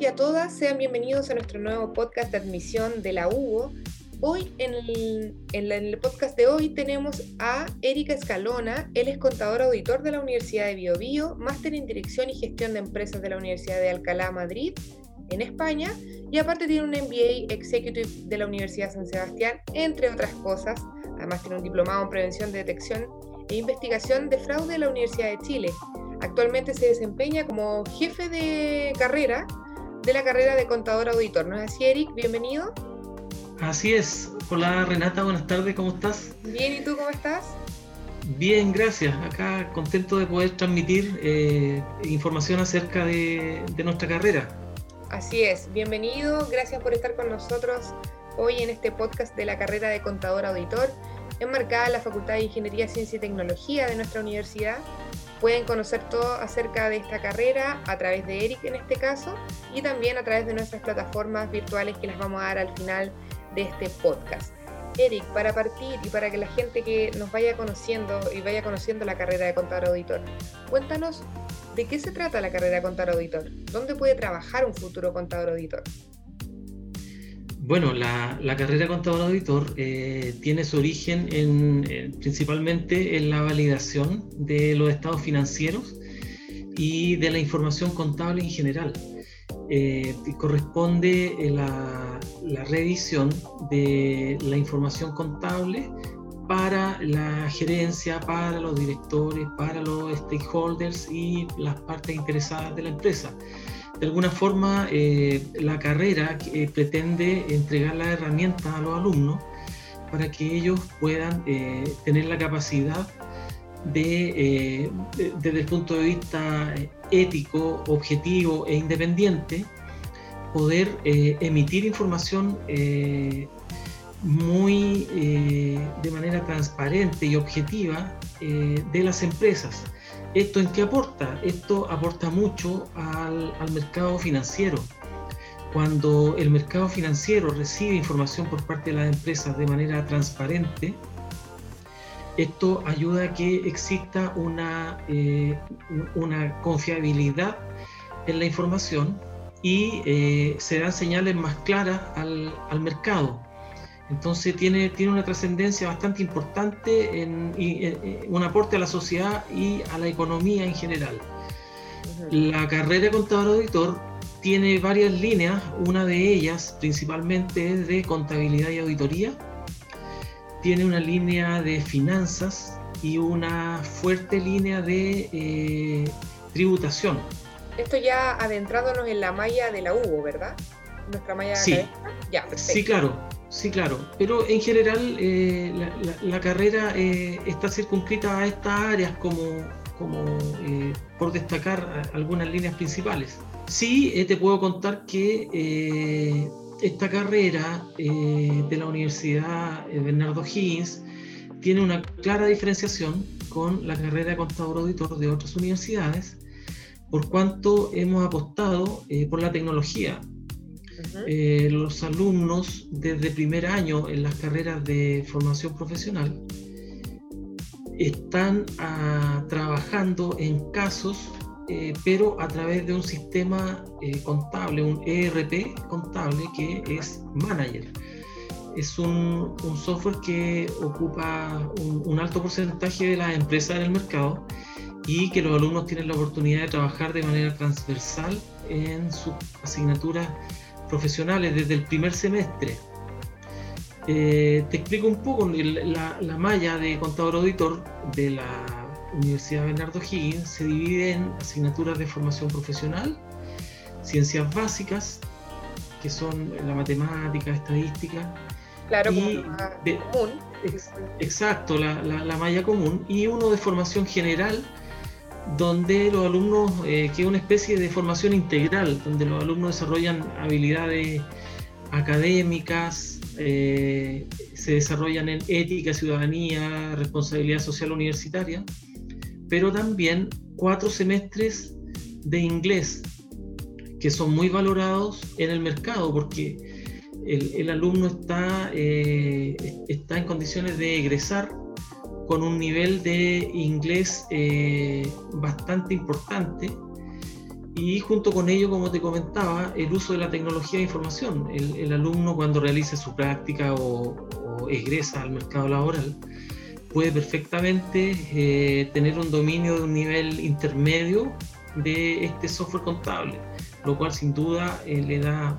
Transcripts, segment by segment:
y a todas, sean bienvenidos a nuestro nuevo podcast de admisión de la UBO. Hoy, en el podcast de hoy, tenemos a Erika Escalona. Él es contador auditor de la Universidad de Bío Bío, máster en Dirección y Gestión de Empresas de la Universidad de Alcalá, Madrid, en España, y aparte tiene un MBA Executive de la Universidad San Sebastián, entre otras cosas. Además tiene un diplomado en Prevención, Detección e Investigación de Fraude de la Universidad de Chile. Actualmente se desempeña como jefe de carrera de la carrera de contador auditor. ¿No es así, Eric? Bienvenido. Así es. Hola Renata, buenas tardes, ¿cómo estás? Bien, ¿y tú cómo estás? Bien, gracias. Acá contento de poder transmitir información acerca de nuestra carrera. Así es, bienvenido, gracias por estar con nosotros hoy en este podcast de la carrera de contador auditor, enmarcada en la Facultad de Ingeniería, Ciencia y Tecnología de nuestra universidad. Pueden conocer todo acerca de esta carrera a través de Eric en este caso, y también a través de nuestras plataformas virtuales que las vamos a dar al final de este podcast. Eric, para partir y para que la gente que nos vaya conociendo y vaya conociendo la carrera de contador auditor, cuéntanos de qué se trata la carrera de contador auditor. ¿Dónde puede trabajar un futuro contador auditor? Bueno, la carrera de contador auditor tiene su origen principalmente en la validación de los estados financieros y de la información contable en general. Corresponde la revisión de la información contable para la gerencia, para los directores, para los stakeholders y las partes interesadas de la empresa. De alguna forma, la carrera pretende entregar las herramientas a los alumnos para que ellos puedan tener la capacidad de, desde el punto de vista ético, objetivo e independiente, poder emitir información de manera transparente y objetiva de las empresas. ¿Esto en qué aporta? Esto aporta mucho al mercado financiero. Cuando el mercado financiero recibe información por parte de las empresas de manera transparente, esto ayuda a que exista una confiabilidad en la información y se dan señales más claras al mercado. Entonces tiene una trascendencia bastante importante en un aporte a la sociedad y a la economía en general. La carrera de contador auditor tiene varias líneas, una de ellas principalmente es de contabilidad y auditoría, tiene una línea de finanzas y una fuerte línea de tributación. Esto ya adentrándonos en la malla de la UBO, ¿verdad? Nuestra malla académica. Ya, perfecto. Sí, claro, pero en general la carrera está circunscrita a estas áreas como por destacar algunas líneas principales. Sí, te puedo contar que esta carrera de la Universidad Bernardo O'Higgins tiene una clara diferenciación con la carrera de contador auditor de otras universidades, por cuanto hemos apostado por la tecnología. Los alumnos desde primer año en las carreras de formación profesional están trabajando en casos, pero a través de un sistema contable, un ERP contable que es Manager. Es un software que ocupa un alto porcentaje de las empresas en el mercado y que los alumnos tienen la oportunidad de trabajar de manera transversal en sus asignaturas profesionales desde el primer semestre. Te explico un poco la malla de contador auditor de la Universidad Bernardo O'Higgins. Se divide en asignaturas de formación profesional, ciencias básicas, que son la matemática, estadística. Claro, y como la común. Exacto, la malla común, y uno de formación general, donde los alumnos, que es una especie de formación integral, donde los alumnos desarrollan habilidades académicas, se desarrollan en ética, ciudadanía, responsabilidad social universitaria, pero también 4 semestres de inglés, que son muy valorados en el mercado, porque el alumno está en condiciones de egresar con un nivel de inglés bastante importante Y junto con ello, como te comentaba, el uso de la tecnología de información. El alumno, cuando realice su práctica o egresa al mercado laboral, puede perfectamente tener un dominio de un nivel intermedio de este software contable, lo cual sin duda le da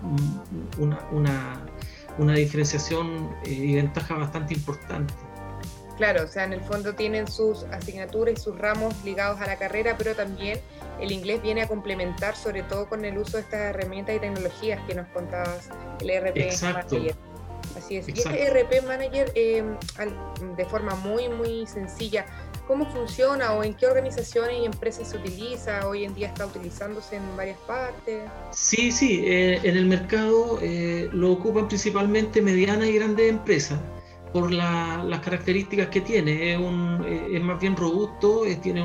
una diferenciación y ventaja bastante importante. Claro, o sea, en el fondo tienen sus asignaturas y sus ramos ligados a la carrera, pero también el inglés viene a complementar, sobre todo con el uso de estas herramientas y tecnologías que nos contabas, el ERP Manager. Así es. Exacto. Y este ERP Manager, de forma muy, muy sencilla, ¿cómo funciona o en qué organizaciones y empresas se utiliza? Hoy en día está utilizándose en varias partes. Sí, en el mercado lo ocupan principalmente medianas y grandes empresas, por las características que tiene. Es más bien robusto, tiene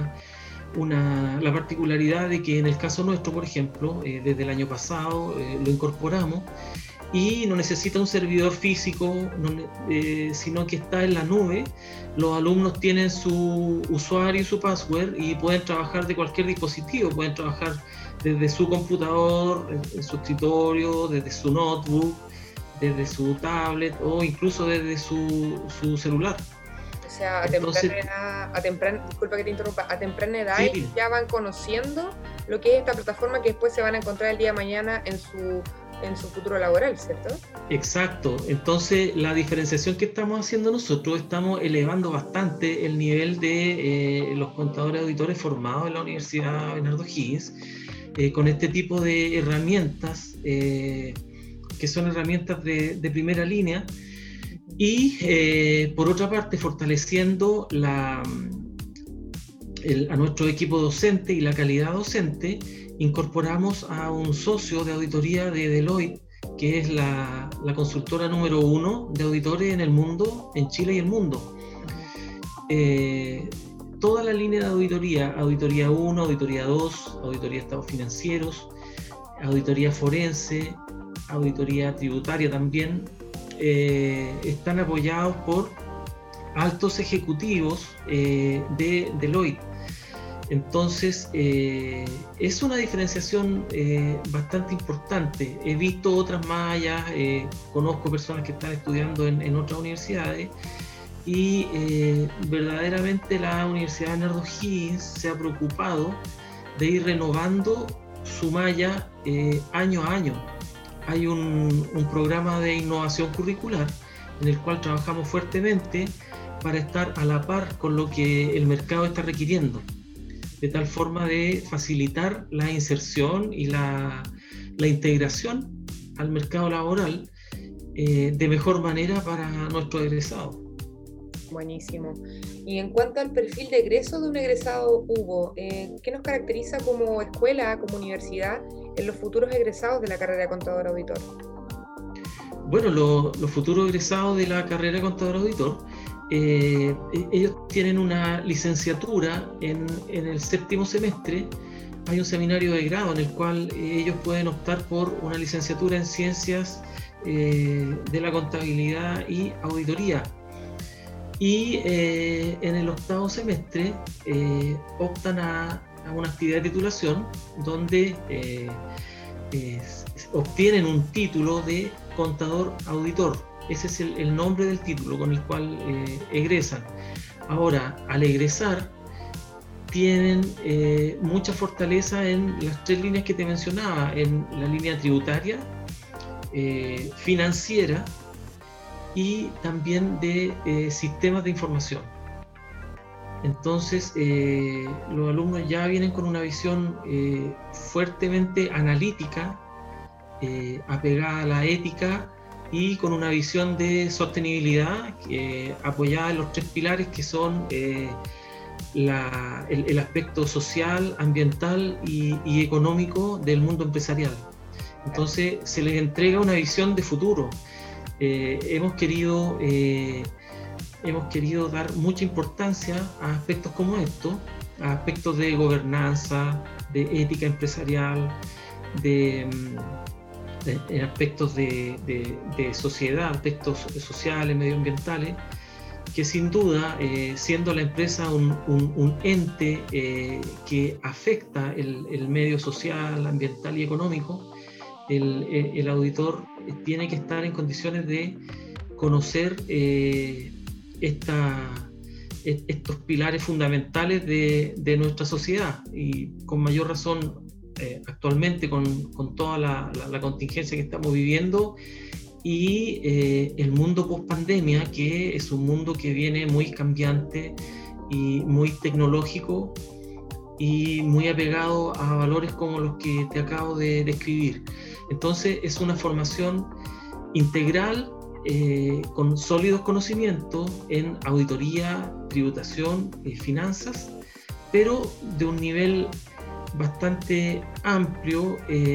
la particularidad de que en el caso nuestro, por ejemplo, desde el año pasado lo incorporamos y no necesita un servidor físico, sino que está en la nube. Los alumnos tienen su usuario y su password y pueden trabajar de cualquier dispositivo, pueden trabajar desde su computador, en su escritorio, desde su notebook, desde su tablet o incluso desde su celular. O sea, disculpa que te interrumpa, a temprana edad sí, ya van conociendo lo que es esta plataforma que después se van a encontrar el día de mañana en su futuro laboral, ¿cierto? Exacto. Entonces, la diferenciación que estamos haciendo nosotros, estamos elevando bastante el nivel de los contadores auditores formados en la Universidad Bernardo Higgins con este tipo de herramientas que son herramientas de primera línea, y por otra parte fortaleciendo a nuestro equipo docente y la calidad docente. Incorporamos a un socio de auditoría de Deloitte, que es la consultora número 1 de auditores en el mundo, en Chile y el mundo. Toda la línea de auditoría 1, auditoría 2, auditoría de estados financieros, auditoría forense, auditoría tributaria también, están apoyados por altos ejecutivos de Deloitte. Entonces, es una diferenciación bastante importante. He visto otras más allá, conozco personas que están estudiando en otras universidades, y verdaderamente la Universidad Bernardo Higgins se ha preocupado de ir renovando su malla año a año. Hay un programa de innovación curricular en el cual trabajamos fuertemente para estar a la par con lo que el mercado está requiriendo, de tal forma de facilitar la inserción y la integración al mercado laboral de mejor manera para nuestros egresados. Buenísimo. Y en cuanto al perfil de egreso de un egresado, Hugo, ¿qué nos caracteriza como escuela, como universidad, en los futuros egresados de la carrera de contador auditor? Bueno, los futuros egresados de la carrera de contador auditor, ellos tienen una licenciatura en el séptimo semestre. Hay un seminario de grado en el cual ellos pueden optar por una licenciatura en ciencias de la contabilidad y auditoría. Y en el octavo semestre optan a una actividad de titulación donde obtienen un título de contador auditor. Ese es el nombre del título con el cual egresan. Ahora, al egresar, tienen mucha fortaleza en las 3 líneas que te mencionaba, en la línea tributaria, financiera y también de sistemas de información. Entonces, los alumnos ya vienen con una visión fuertemente analítica, apegada a la ética y con una visión de sostenibilidad apoyada en los 3 pilares que son el aspecto social, ambiental y económico del mundo empresarial. Entonces, se les entrega una visión de futuro. Hemos querido dar mucha importancia a aspectos como estos, a aspectos de gobernanza, de ética empresarial, en aspectos de sociedad, aspectos sociales, medioambientales, que sin duda, siendo la empresa un ente que afecta el medio social, ambiental y económico, el auditor tiene que estar en condiciones de conocer estos pilares fundamentales de nuestra sociedad, y con mayor razón actualmente con toda la contingencia que estamos viviendo, y el mundo post pandemia, que es un mundo que viene muy cambiante y muy tecnológico y muy apegado a valores como los que te acabo de describir. Entonces es una formación integral con sólidos conocimientos en auditoría, tributación y finanzas, pero de un nivel bastante amplio,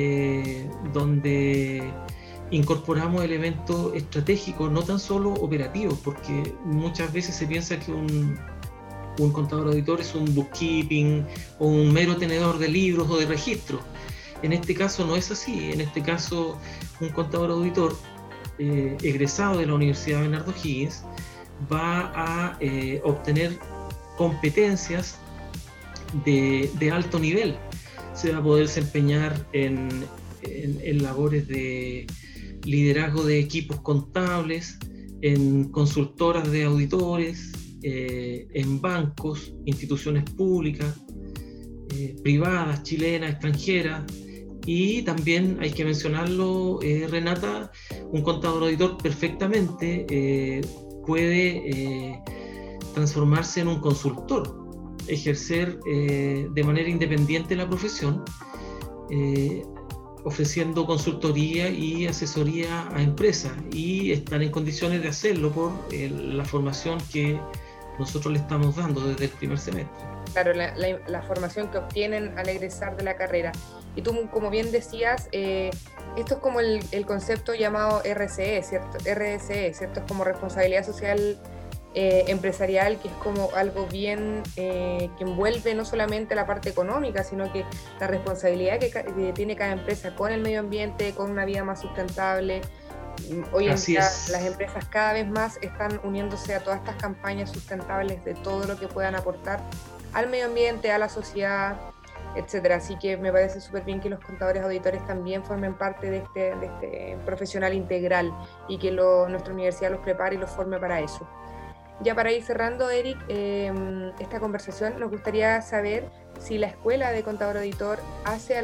donde incorporamos elementos estratégicos, no tan solo operativos, porque muchas veces se piensa que un contador auditor es un bookkeeping o un mero tenedor de libros o de registros. En este caso no es así. En este caso, un contador auditor egresado de la Universidad Bernardo Higgins va a obtener competencias de alto nivel. Se va a poder desempeñar en labores de liderazgo de equipos contables, en consultoras de auditores, en bancos, instituciones públicas, privadas, chilenas, extranjeras, y también hay que mencionarlo, Renata, un contador auditor perfectamente puede transformarse en un consultor, ejercer de manera independiente la profesión, ofreciendo consultoría y asesoría a empresas, y están en condiciones de hacerlo por la formación que nosotros le estamos dando desde el primer semestre. Claro, la formación que obtienen al egresar de la carrera. Y tú, como bien decías, esto es como el concepto llamado RSE, ¿cierto? RSE, ¿cierto? Es como responsabilidad social empresarial, que es como algo bien que envuelve no solamente la parte económica, sino que la responsabilidad que tiene cada empresa con el medio ambiente, con una vida más sustentable. Hoy en día las empresas cada vez más están uniéndose a todas estas campañas sustentables de todo lo que puedan aportar al medio ambiente, a la sociedad, etcétera. Así que me parece súper bien que los contadores auditores también formen parte de este profesional integral, y que nuestra universidad los prepare y los forme para eso. Ya para ir cerrando, Eric, esta conversación, nos gustaría saber si la Escuela de Contador Auditor hace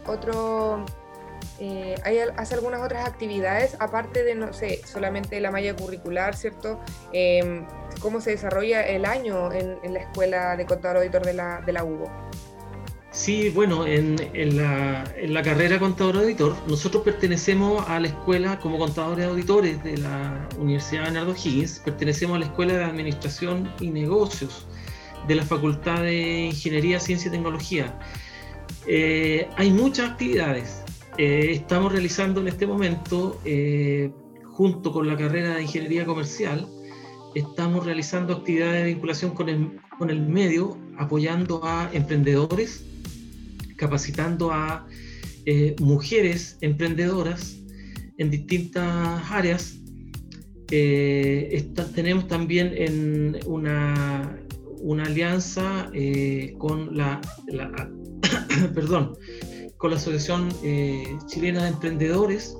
hace algunas otras actividades, aparte de, no sé, solamente la malla curricular, ¿cierto? ¿Cómo se desarrolla el año en la Escuela de Contador Auditor de la UBO? Sí, bueno, en la carrera Contador Auditor, nosotros pertenecemos a la escuela como contadores auditores de la Universidad Bernardo Higgins, pertenecemos a la Escuela de Administración y Negocios de la Facultad de Ingeniería, Ciencia y Tecnología. Hay muchas actividades. Estamos realizando en este momento, junto con la carrera de Ingeniería Comercial, estamos realizando actividades de vinculación con el medio, apoyando a emprendedores, capacitando a mujeres emprendedoras en distintas áreas. Tenemos también una alianza con con la Asociación Chilena de Emprendedores,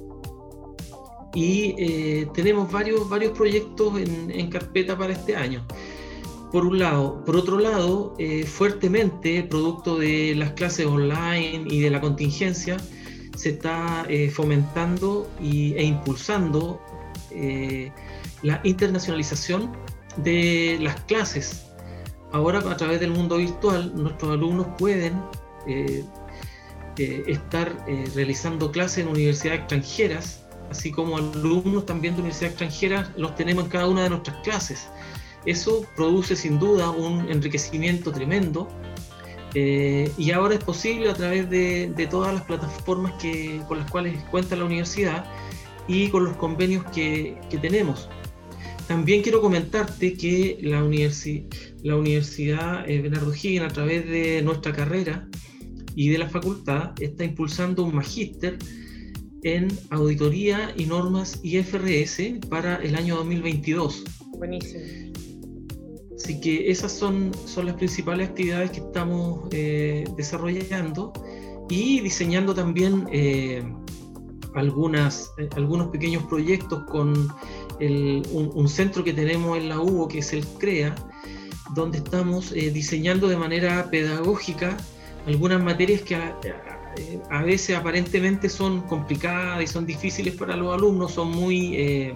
y tenemos varios proyectos en carpeta para este año. Por un lado. Por otro lado, fuertemente, producto de las clases online y de la contingencia, se está fomentando e impulsando la internacionalización de las clases. Ahora, a través del mundo virtual, nuestros alumnos pueden estar realizando clases en universidades extranjeras, así como alumnos también de universidades extranjeras los tenemos en cada una de nuestras clases. Eso produce sin duda un enriquecimiento tremendo, y ahora es posible a través de todas las plataformas con las cuales cuenta la universidad y con los convenios que tenemos. También quiero comentarte que la Universidad Bernardo Higgins, a través de nuestra carrera y de la facultad, está impulsando un magíster en auditoría y normas IFRS para el año 2022. Buenísimo. Así que esas son las principales actividades que estamos desarrollando y diseñando también algunos pequeños proyectos con un centro que tenemos en la UBO, que es el CREA, donde estamos diseñando de manera pedagógica algunas materias que a veces aparentemente son complicadas y son difíciles para los alumnos, son muy,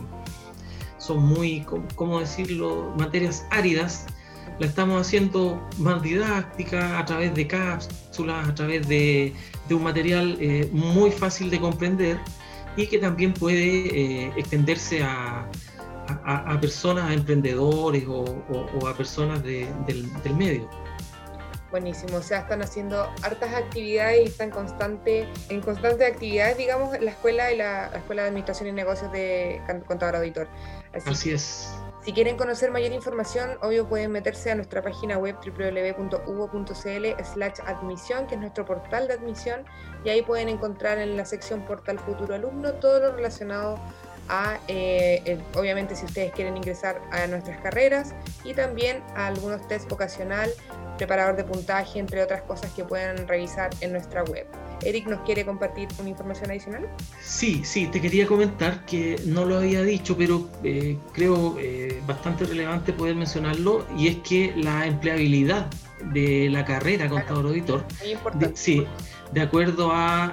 ¿cómo decirlo?, materias áridas. La estamos haciendo más didáctica a través de cápsulas, a través de un material muy fácil de comprender y que también puede extenderse a personas, a emprendedores o a personas del medio. Buenísimo, o sea, están haciendo hartas actividades y están en constante actividades, digamos, la escuela de Administración y Negocios de Contador Auditor. Así es. Si quieren conocer mayor información, obvio pueden meterse a nuestra página web www.ubo.cl/admisión, que es nuestro portal de admisión, y ahí pueden encontrar en la sección Portal Futuro Alumno todo lo relacionado a, obviamente, si ustedes quieren ingresar a nuestras carreras, y también a algunos test vocacional, preparador de puntaje, entre otras cosas que pueden revisar en nuestra web. Eric, ¿nos quiere compartir una información adicional? Sí, te quería comentar que no lo había dicho, pero creo bastante relevante poder mencionarlo, y es que la empleabilidad de la carrera Contador Auditor, muy importante. De acuerdo a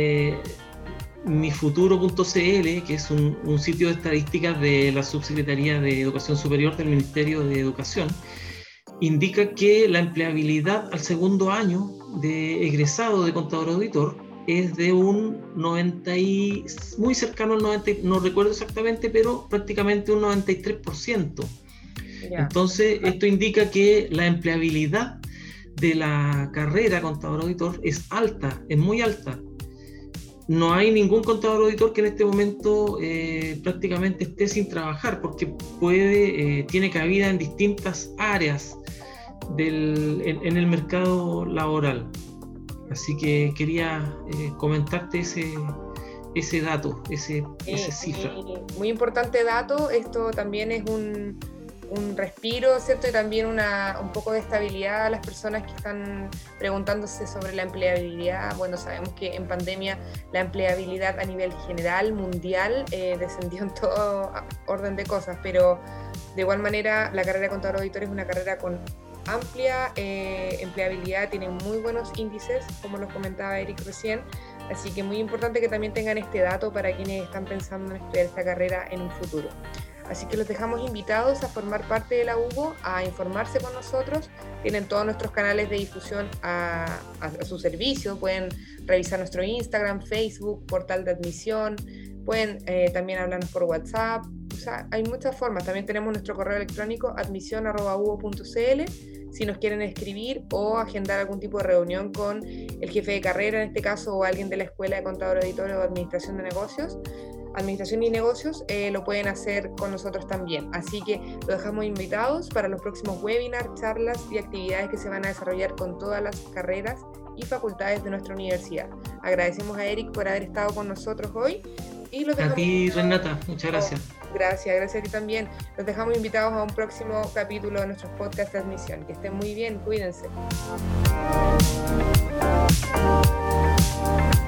mifuturo.cl, que es un sitio de estadísticas de la Subsecretaría de Educación Superior del Ministerio de Educación, indica que la empleabilidad al segundo año de egresado de Contador Auditor es de un 90 muy cercano al 90, no recuerdo exactamente, pero prácticamente un 93%. Ya. Entonces, esto indica que la empleabilidad de la carrera Contador Auditor es alta, es muy alta. No hay ningún contador auditor que en este momento prácticamente esté sin trabajar, porque tiene cabida en distintas áreas en el mercado laboral. Así que quería comentarte ese dato, esa cifra. Muy importante dato. Esto también es un respiro, ¿cierto? Y también un poco de estabilidad a las personas que están preguntándose sobre la empleabilidad. Bueno, sabemos que en pandemia la empleabilidad a nivel general, mundial, descendió en todo orden de cosas, pero de igual manera la carrera de Contador Auditor es una carrera con amplia empleabilidad, tiene muy buenos índices, como los comentaba Eric recién, así que muy importante que también tengan este dato para quienes están pensando en estudiar esta carrera en un futuro. Así que los dejamos invitados a formar parte de la UBO, a informarse con nosotros. Tienen todos nuestros canales de difusión a su servicio. Pueden revisar nuestro Instagram, Facebook, portal de admisión. Pueden también hablarnos por WhatsApp. O sea, hay muchas formas. También tenemos nuestro correo electrónico admisión@ubo.cl si nos quieren escribir o agendar algún tipo de reunión con el jefe de carrera, en este caso, o alguien de la Escuela de Contador Auditor o Administración y Negocios, lo pueden hacer con nosotros también. Así que los dejamos invitados para los próximos webinars, charlas y actividades que se van a desarrollar con todas las carreras y facultades de nuestra universidad. Agradecemos a Eric por haber estado con nosotros hoy. Y los a ti, Renata, muchas gracias. Gracias a ti también. Los dejamos invitados a un próximo capítulo de nuestros podcasts de admisión. Que estén muy bien, cuídense.